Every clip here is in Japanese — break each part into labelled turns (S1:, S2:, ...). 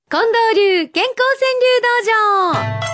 S1: 近藤流健康川柳道場。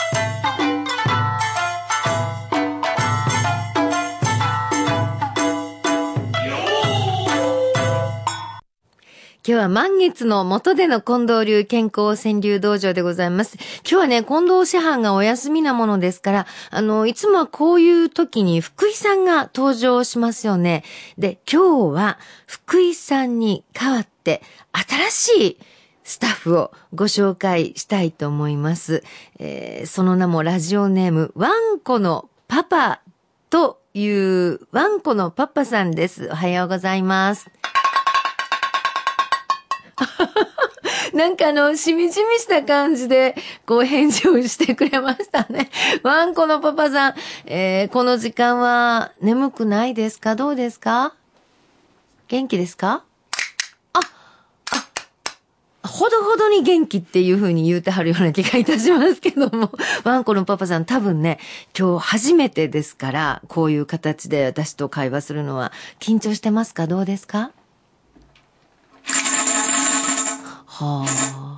S1: 今日は満月の元での近藤流健康川柳道場でございます。今日はね、近藤師範がお休みなものですから、いつもはこういう時に福井さんが登場しますよね。で、今日は福井さんに代わって新しいスタッフをご紹介したいと思います。その名もラジオネーム、ワンコのパパというワンコのパパさんです。おはようございます。なんかしみじみした感じで、返事をしてくれましたね。ワンコのパパさん、この時間は眠くないですか？どうですか？元気ですか？ほどほどに元気っていう風に言うてはるような気がいたしますけども、ワンコのパパさん多分ね、今日初めてですから、こういう形で私と会話するのは緊張してますか？どうですか？はあ。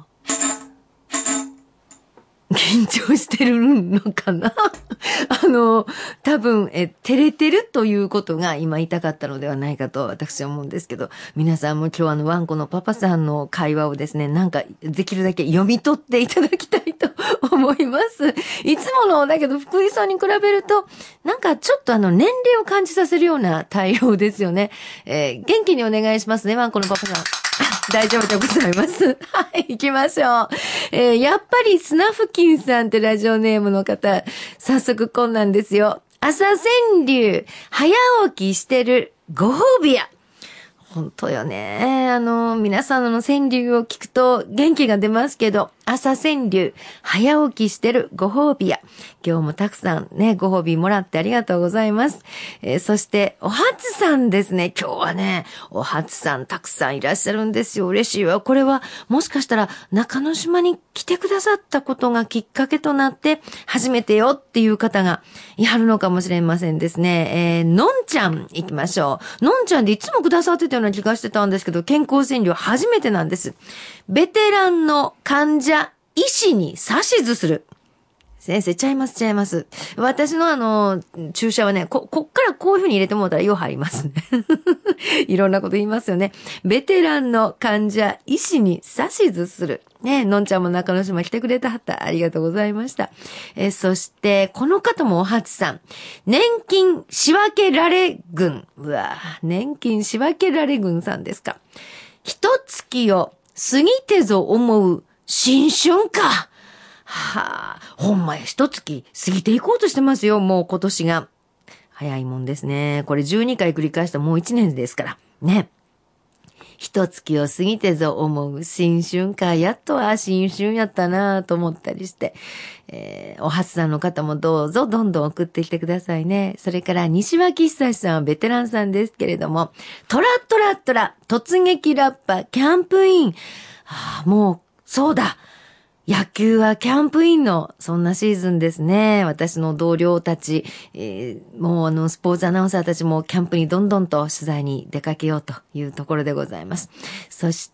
S1: 緊張してるのかな多分、照れてるということが今言いたかったのではないかと私は思うんですけど、皆さんも今日ワンコのパパさんの会話をですね、なんかできるだけ読み取っていただきたいと思います。いつもの、だけど福井さんに比べると、なんかちょっと年齢を感じさせるような対応ですよね。元気にお願いしますね、ワンコのパパさん。大丈夫でございます。はい、行きましょう。やっぱりスナフキンさんってラジオネームの方、早速こんなんですよ。朝川柳、早起きしてるご褒美や。本当よね。皆さんの川柳を聞くと元気が出ますけど、朝川柳、早起きしてるご褒美や。今日もたくさんね、ご褒美もらってありがとうございます。そして、おはつさんですね。今日はね、おはつさんたくさんいらっしゃるんですよ。嬉しいわ。これは、もしかしたら中之島に来てくださったことがきっかけとなって、初めてよっていう方がいはるのかもしれませんですね。のんちゃん行きましょう。のんちゃんでいつもくださってたような気がしてたんですけど、健康川柳初めてなんです。ベテランの患者、医師に指図する。先生、ちゃいます。私の注射はね、こっからこういう風に入れてもらったらよう入りますね。いろんなこと言いますよね。ベテランの患者、医師に指図する。ね、のんちゃんも中之島来てくれたはった。ありがとうございました。そして、この方もおはつさん。年金仕分けられ軍。うわ年金仕分けられ軍さんですか。一月を過ぎてぞ思う新春か。はあ、ほんまや、一月過ぎていこうとしてますよ、もう今年が。早いもんですね。これ12回繰り返したもう1年ですから。ね。一月を過ぎてぞ思う新春か。やっとは新春やったなぁと思ったりして。お初さんの方もどうぞどんどん送ってきてくださいね。それから西脇久さんはベテランさんですけれども、トラ突撃ラッパキャンプイン。はあ、もう、そうだ。野球はキャンプインの、そんなシーズンですね。私の同僚たち、もうスポーツアナウンサーたちもキャンプにどんどんと取材に出かけようというところでございます。そして、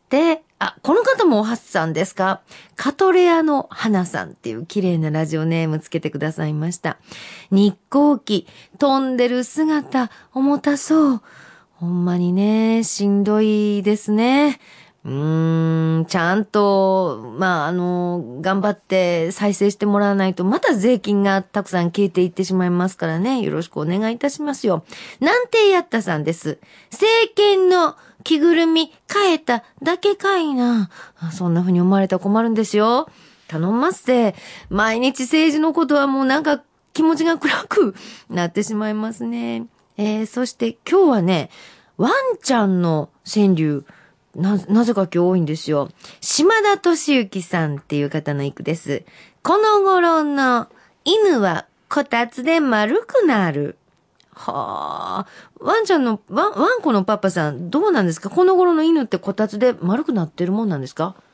S1: この方もおはつさんですか？カトレアの花さんっていう綺麗なラジオネームつけてくださいました。日航機、飛んでる姿、重たそう。ほんまにね、しんどいですね。ちゃんと、頑張って再生してもらわないと、また税金がたくさん消えていってしまいますからね。よろしくお願いいたしますよ。なんてやったさんです。政権の着ぐるみ変えただけかいな。そんな風に思われたら困るんですよ。頼んますって。毎日政治のことはもうなんか気持ちが暗くなってしまいますね。そして今日はね、ワンちゃんの川柳、なぜか今日多いんですよ。島田俊之さんっていう方の一句です。この頃の犬はこたつで丸くなる。はあ、ワンコのパパさん、どうなんですか？この頃の犬ってこたつで丸くなってるもんなんですか？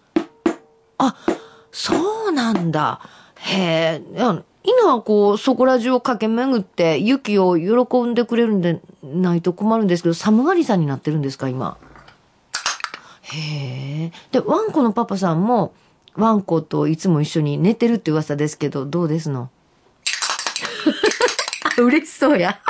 S1: そうなんだ。へえ、犬はそこら中を駆け巡って雪を喜んでくれるんでないと困るんですけど、寒がりさんになってるんですか、今。へえ。で、ワンコのパパさんも、 ワンコといつも一緒に寝てるって噂ですけど、どうですの？嬉しそうや。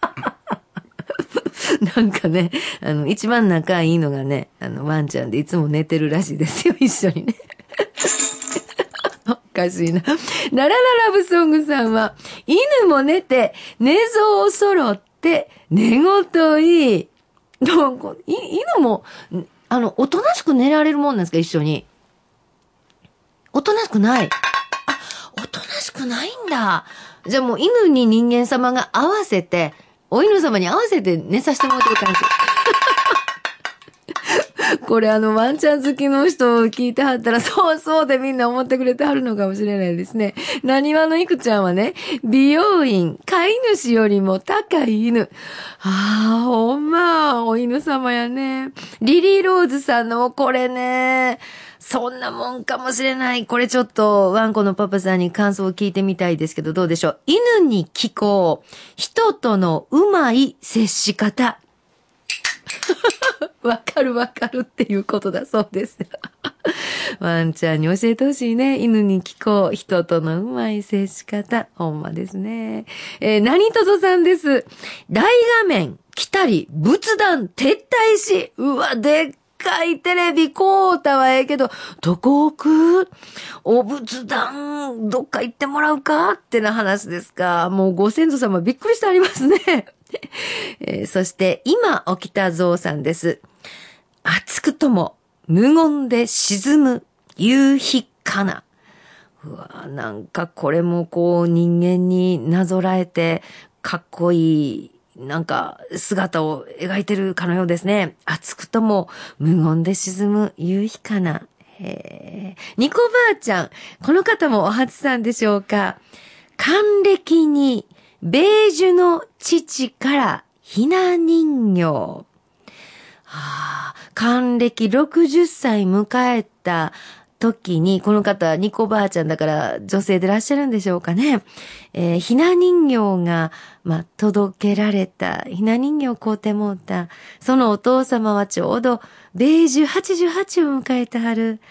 S1: なんかね、一番仲いいのがね、ワンちゃんでいつも寝てるらしいですよ、一緒にね。おかしいな。ララララブソングさんは、犬も寝て、寝相を揃って、寝言いい。なんか犬も、おとなしく寝られるもんなんですか、一緒に。おとなしくない。あ、おとなしくないんだ。じゃあもう犬に人間様が合わせて、お犬様に合わせて寝させてもらってる感じ。これワンちゃん好きの人聞いてはったら、そうそうでみんな思ってくれてはるのかもしれないですね。なにわのいくちゃんはね、美容院、飼い主よりも高い犬。ああ、ほんま、お犬様やね。リリーローズさんのこれね、そんなもんかもしれない。これちょっとワンコのパパさんに感想を聞いてみたいですけど、どうでしょう。犬に聞こう。人とのうまい接し方。わかるっていうことだそうです。ワンちゃんに教えてほしいね。犬に聞こう。人とのうまい接し方。ほんまですね。何とぞさんです。大画面来たり、仏壇撤退し。うわ、でっかいテレビこうたはええけど、どこ置く？お仏壇、どっか行ってもらうかってな話ですか。もうご先祖様びっくりしてありますね。そして、今起きたゾウさんです。熱くとも無言で沈む夕日かな。うわ、なんかこれもこう人間になぞらえてかっこいいなんか姿を描いてるかのようですね。熱くとも無言で沈む夕日かな。ニコばあちゃん、この方もお初さんでしょうか。還暦にベージュの父からひな人形。還暦60歳迎えた時に、この方、ニコばあちゃんだから女性でいらっしゃるんでしょうかね。ひな人形が、届けられた、ひな人形を買うてもうた。そのお父様はちょうど、ベージュ88を迎えてはる。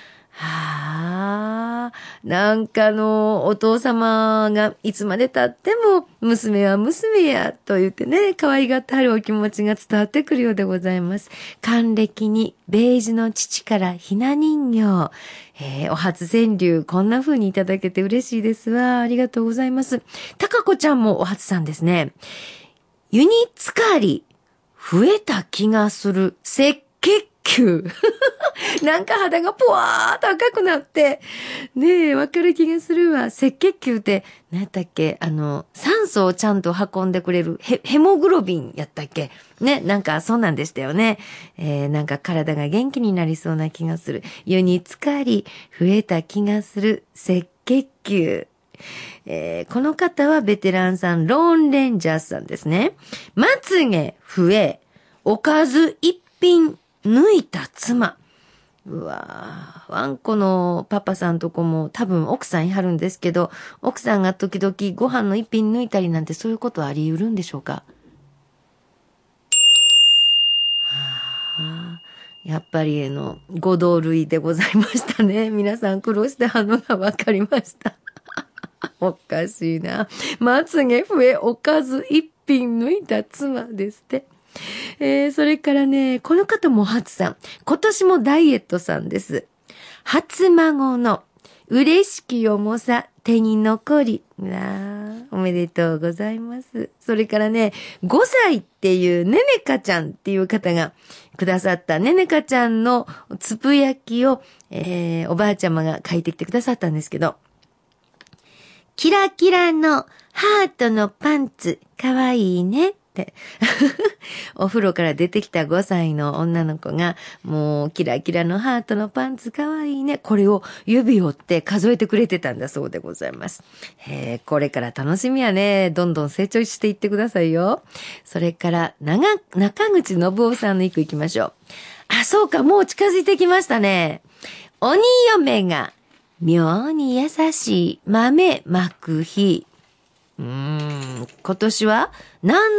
S1: なんかお父様がいつまで経っても娘は娘やと言ってね、可愛がってはるお気持ちが伝わってくるようでございます。還暦にベージュの父からひな人形。お初川柳こんな風にいただけて嬉しいですわ。ありがとうございます。たかこちゃんもお初さんですね。ユニつかり増えた気がする赤血球。なんか肌がぽわーっと赤くなって、ねえ、わかる気がするわ。赤血球って、何やったっけ酸素をちゃんと運んでくれる、ヘモグロビンやったっけね、なんかそうなんでしたよね。なんか体が元気になりそうな気がする。湯に浸かり、増えた気がする赤血球。この方はベテランさん、ローンレンジャーさんですね。まつげ増え、おかず一品抜いた妻。うわぁ、ワンコのパパさんとこも多分奥さんいはるんですけど、奥さんが時々ご飯の一品抜いたりなんてそういうことはあり得るんでしょうか？やっぱり五道類でございましたね。皆さん苦労してはんのがわかりました。おかしいな。まつげ増え、おかず一品抜いた妻ですって。それからね、この方も初さん。今年もダイエットさんです。初孫の嬉しき重さ手に残り。おめでとうございます。それからね、5歳っていうねねかちゃんっていう方がくださったねねかちゃんのつぶやきを、おばあちゃまが書いてきてくださったんですけど、キラキラのハートのパンツかわいいね。お風呂から出てきた5歳の女の子が、もうキラキラのハートのパンツかわいいね。これを指折って数えてくれてたんだそうでございます。これから楽しみやね。どんどん成長していってくださいよ。それから中口信夫さんの一句いきましょう。そうか、もう近づいてきましたね。鬼嫁が妙に優しい豆まく日。今年は何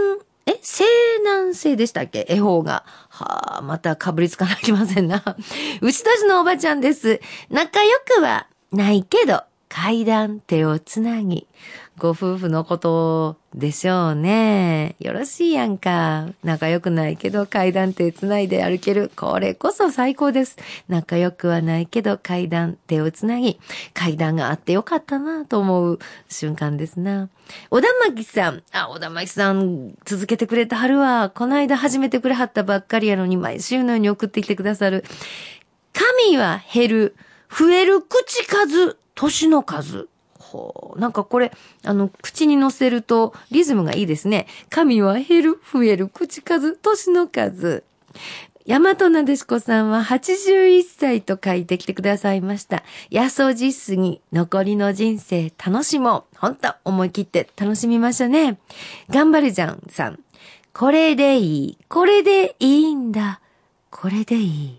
S1: 西南西でしたっけ？恵方が。はあ、また被りつかなきませんな。牛年のおばちゃんです。仲良くはないけど、階段手をつなぎ。ご夫婦のことでしょうね。よろしいやんか。仲良くないけど階段手つないで歩ける。これこそ最高です。仲良くはないけど階段手をつなぎ。階段があってよかったなと思う瞬間ですな。小田巻さん。小田巻さん続けてくれたはるわ。この間始めてくれはったばっかりやのに毎週のように送ってきてくださる。神は減る。増える口数。年の数。なんかこれ、口に乗せるとリズムがいいですね。神は減る、増える、口数、年の数。大和なでしこさんは81歳と書いてきてくださいました。やそじすぎ、残りの人生楽しもう。ほんと、思い切って楽しみましょうね。頑張るじゃんさん。これでいい、これでいいんだ。これでいい。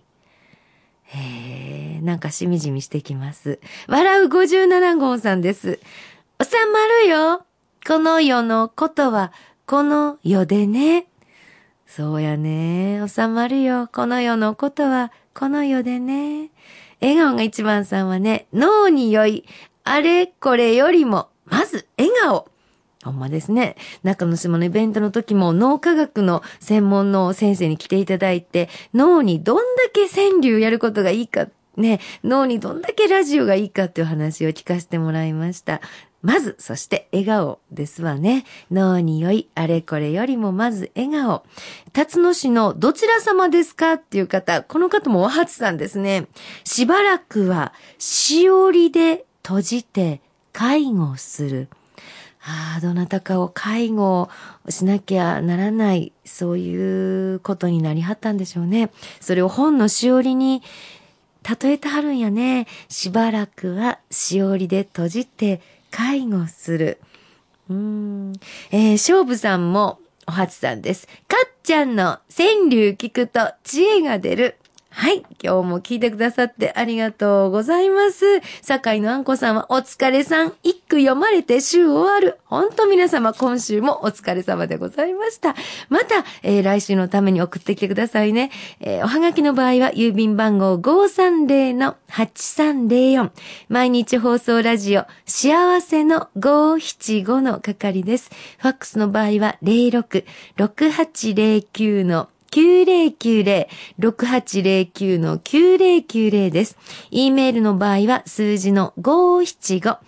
S1: なんかしみじみしてきます。笑う57号さんです。収まるよ。この世のことは、この世でね。そうやね。収まるよ。この世のことは、この世でね。笑顔が一番さんはね、脳に良い、あれこれよりも、まず笑顔。ほんまですね。中之島のイベントの時も脳科学の専門の先生に来ていただいて、脳にどんだけ川柳やることがいいか、ね、脳にどんだけラジオがいいかっていう話を聞かせてもらいました。まず、そして笑顔ですわね。脳に良い、あれこれよりもまず笑顔。辰野市のどちら様ですかっていう方、この方もお初さんですね。しばらくは、しおりで閉じて介護する。どなたかを介護しなきゃならない、そういうことになりはったんでしょうね。それを本のしおりに例えてはるんやね。しばらくはしおりで閉じて介護する。勝負さんもお初さんです。かっちゃんの川柳聞くと知恵が出る。はい。今日も聞いてくださってありがとうございます。堺のあんこさんはお疲れさん。一句読まれて週終わる。本当皆様今週もお疲れ様でございました。また、来週のために送ってきてくださいね。おはがきの場合は郵便番号 530-8304。毎日放送ラジオ幸せの575の係です。ファックスの場合は06-6809の9090 6809-9090です。e メールの場合は数字の575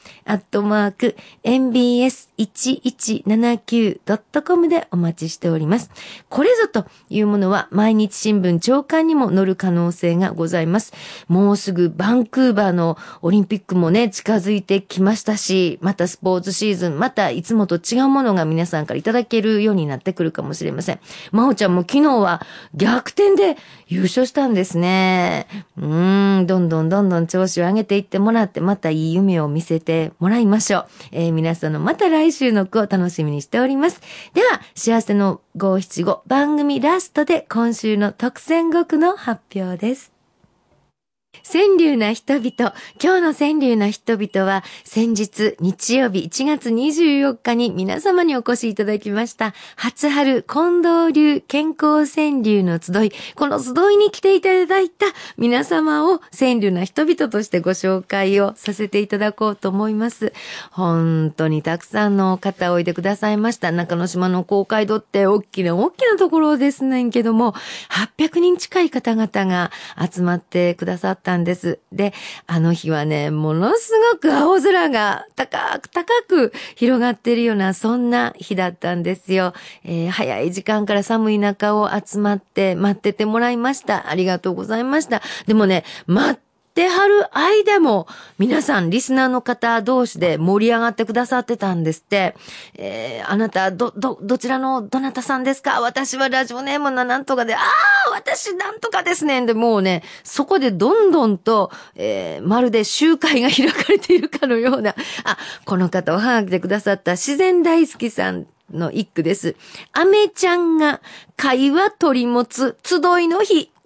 S1: mbs1179.com でお待ちしております。これぞというものは毎日新聞朝刊にも載る可能性がございます。もうすぐバンクーバーのオリンピックもね近づいてきましたし、またスポーツシーズン、またいつもと違うものが皆さんからいただけるようになってくるかもしれません。まほちゃんも昨日は逆転で優勝したんですね。どんどん調子を上げていってもらって、またいい夢を見せてもらいましょう。皆さんのまた来週の句を楽しみにしております。では、幸せの575番組ラストで今週の特選5句の発表です。川柳な人々。今日の川柳な人々は先日日曜日1月24日に皆様にお越しいただきました初春近藤流健康川柳の集い。この集いに来ていただいた皆様を川柳な人々としてご紹介をさせていただこうと思います。本当にたくさんの方おいでくださいました。中之島の公会堂って大きなところですねんけども、800人近い方々が集まってくださったんです。で、あの日はね、ものすごく青空が高く広がっているような、そんな日だったんですよ。早い時間から寒い中を集まって待っててもらいました。ありがとうございました。でもね、待ってはる間も皆さんリスナーの方同士で盛り上がってくださってたんですって。あなたどちらのどなたさんですか？私はラジオネームのなんとかで、私なんとかですね。でもうね、そこでどんどんと、まるで集会が開かれているかのような、この方おはがきでくださった自然大好きさんの一句です。アメちゃんが会話取り持つ集いの日。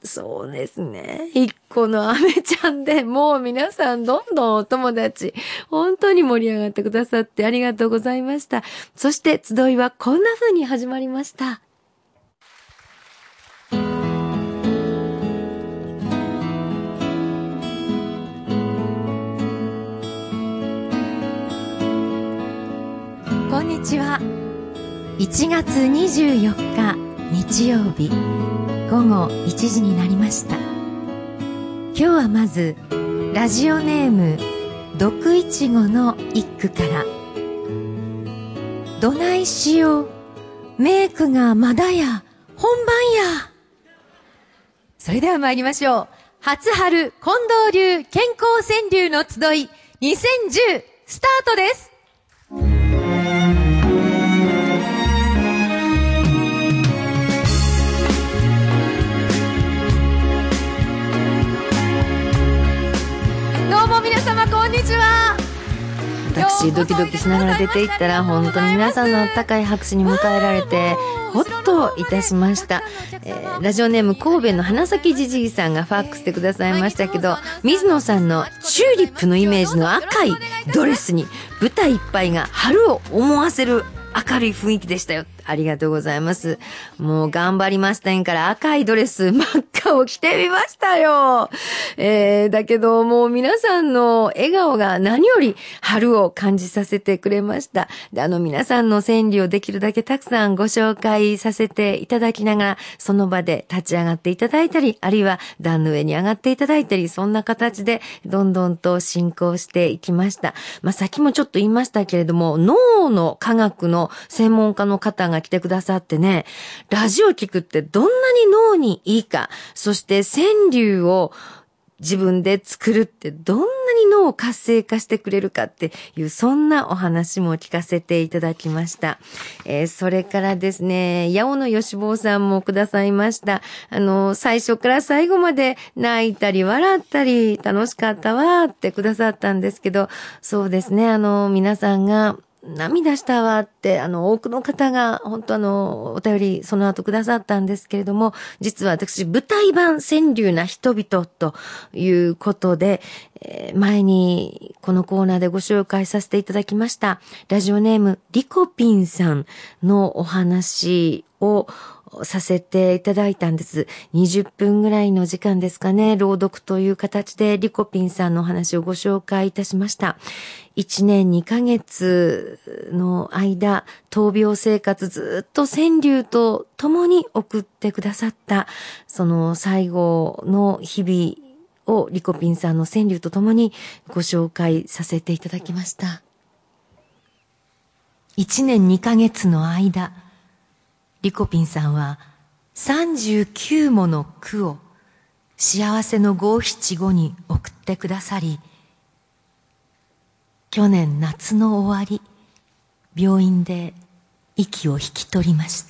S1: そうですね。一個のアメちゃんでもう皆さんどんどんお友達、本当に盛り上がってくださってありがとうございました。そして集いはこんな風に始まりました。こんにちは。1月24日日曜日午後1時になりました。今日はまずラジオネーム毒いちごの一句から。どないしよう、メイクがまだや、本番や。それでは参りましょう。初春近藤流健康川柳の集い2010スタートです。どうも皆様こんにちは。私ドキドキしながら出ていったら本当に皆さんの温かい拍手に迎えられてほっといたしました。ラジオネーム神戸の花咲じじいさんがファックスでくださいましたけど、水野さんのチューリップのイメージの赤いドレスに舞台いっぱいが春を思わせる明るい雰囲気でしたよ。ありがとうございます。もう頑張りましたんから赤いドレス真っ赤を着てみましたよ。だけどもう皆さんの笑顔が何より春を感じさせてくれました。で、皆さんの川柳をできるだけたくさんご紹介させていただきながら、その場で立ち上がっていただいたり、あるいは段の上に上がっていただいたり、そんな形でどんどんと進行していきました。さっきもちょっと言いましたけれども、脳の科学の専門家の方が来てくださってね、ラジオ聞くってどんなに脳にいいか、そして川柳を自分で作るってどんなに脳を活性化してくれるかっていう、そんなお話も聞かせていただきました。それからですね、八尾の吉坊さんもくださいました。最初から最後まで泣いたり笑ったり楽しかったわってくださったんですけど、そうですね、皆さんが涙したわって、多くの方が、本当お便りその後くださったんですけれども、実は私、舞台版川柳な人々ということで、前にこのコーナーでご紹介させていただきました、ラジオネーム、リコピンさんのお話をさせていただいたんです。20分ぐらいの時間ですかね、朗読という形でリコピンさんのお話をご紹介いたしました。1年2ヶ月の間、闘病生活ずっと川柳と共に送ってくださった、その最後の日々をリコピンさんの川柳と共にご紹介させていただきました。1年2ヶ月の間、リコピンさんは39もの句を幸せの五七五に送ってくださり、去年夏の終わり、病院で息を引き取りました。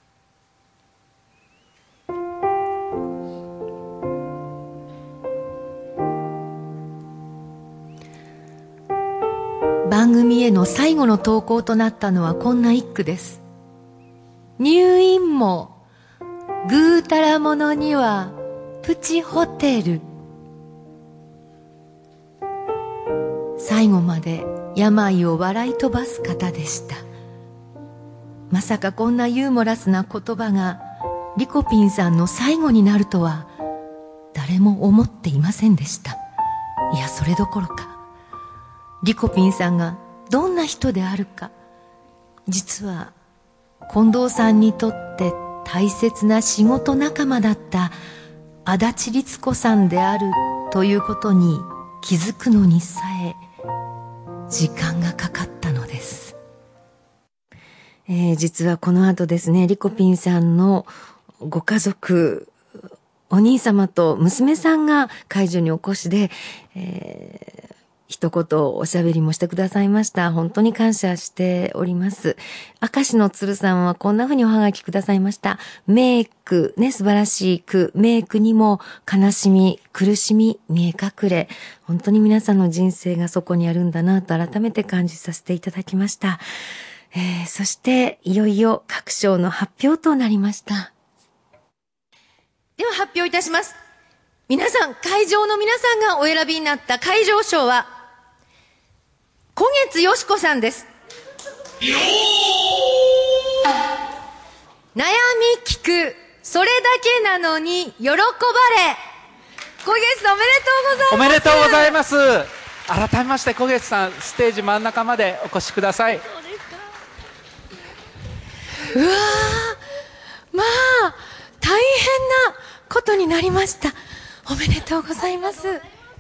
S1: 番組への最後の投稿となったのはこんな一句です。入院もぐうたらものにはプチホテル。最後まで病を笑い飛ばす方でした。まさかこんなユーモラスな言葉がリコピンさんの最後になるとは誰も思っていませんでした。いや、それどころか、リコピンさんがどんな人であるか、実は近藤さんにとって大切な仕事仲間だった足立律子さんであるということに気づくのにさえ時間がかかったのです。実はこの後ですね、リコピンさんのご家族、お兄様と娘さんが会場にお越しで、一言おしゃべりもしてくださいました。本当に感謝しております。明石の鶴さんはこんな風におはがきくださいました。メイクね、素晴らしい句。メイクにも悲しみ、苦しみ、見え隠れ。本当に皆さんの人生がそこにあるんだなと改めて感じさせていただきました。そしていよいよ各賞の発表となりました。 では発表いたします。皆さん、会場の皆さんがお選びになった会場賞は、小月よしこさんです。悩み聞く、それだけなのに喜ばれ。小月さんおめでとうございます。
S2: おめでとうございます。改めまして小月さん、ステージ真ん中までお越しください。
S1: そうですか。うわー、まあ大変なことになりました。おめでとうございます。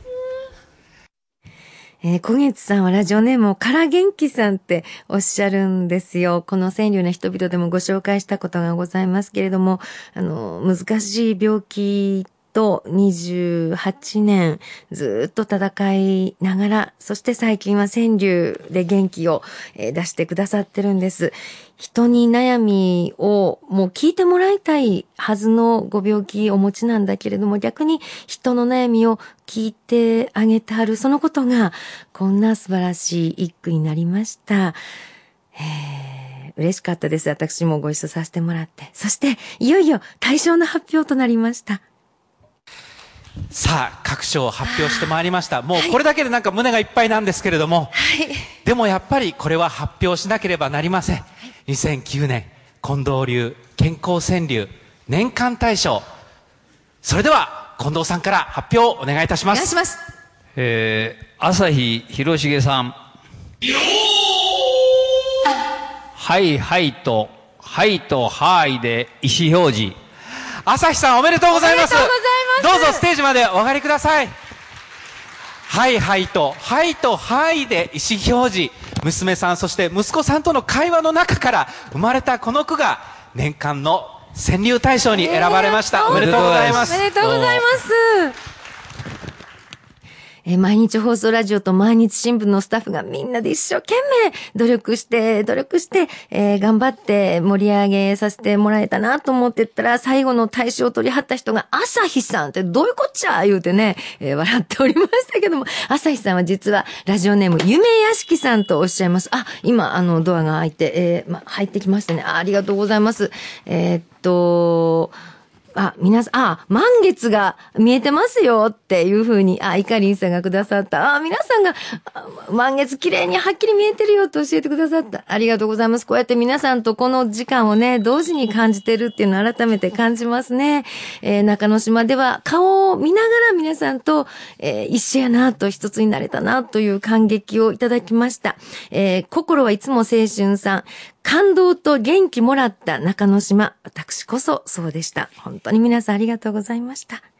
S1: 小月さんはラジオネームをから元気さんっておっしゃるんですよ。この川柳の人々でもご紹介したことがございますけれども、難しい病気と28年ずっと戦いながら、そして最近は川柳で元気を出してくださってるんです。人に悩みをもう聞いてもらいたいはずのご病気をお持ちなんだけれども、逆に人の悩みを聞いてあげてある、そのことがこんな素晴らしい一句になりました。嬉しかったです。私もご一緒させてもらって。そしていよいよ大賞の発表となりました。
S2: さあ、各賞を発表してまいりました。もうこれだけでなんか胸がいっぱいなんですけれども、
S1: はい、
S2: でもやっぱりこれは発表しなければなりません。2009年近藤流健康川柳年間大賞。それでは近藤さんから発表をお願いいたします。
S1: お願いします。
S3: 朝日広重さん。はいはいとはいで意思表示。
S2: 朝日さんおめでとうございます。
S1: おめでとうございます。
S2: どうぞステージまでお上がりください。はいはいとはいで意思表示。娘さんそして息子さんとの会話の中から生まれたこの句が年間の川柳大賞に選ばれました。おめでとうございます。
S1: おめでとうございます。毎日放送ラジオと毎日新聞のスタッフがみんなで一生懸命努力して、頑張って盛り上げさせてもらえたなと思ってったら、最後の大賞を取り張った人が朝日さんってどういうこっちゃ言うてね、笑っておりましたけども、朝日さんは実はラジオネーム夢屋敷さんとおっしゃいます。今ドアが開いて、入ってきましたね。ありがとうございます。皆さん、満月が見えてますよっていう風に、イカリンさんがくださった。皆さんが、満月綺麗にはっきり見えてるよと教えてくださった。ありがとうございます。こうやって皆さんとこの時間をね、同時に感じてるっていうのを改めて感じますね。中之島では顔を見ながら皆さんと、一緒やなと一つになれたなという感激をいただきました。心はいつも青春さん。感動と元気もらった中之島。私こそそうでした。本当に皆さんありがとうございました。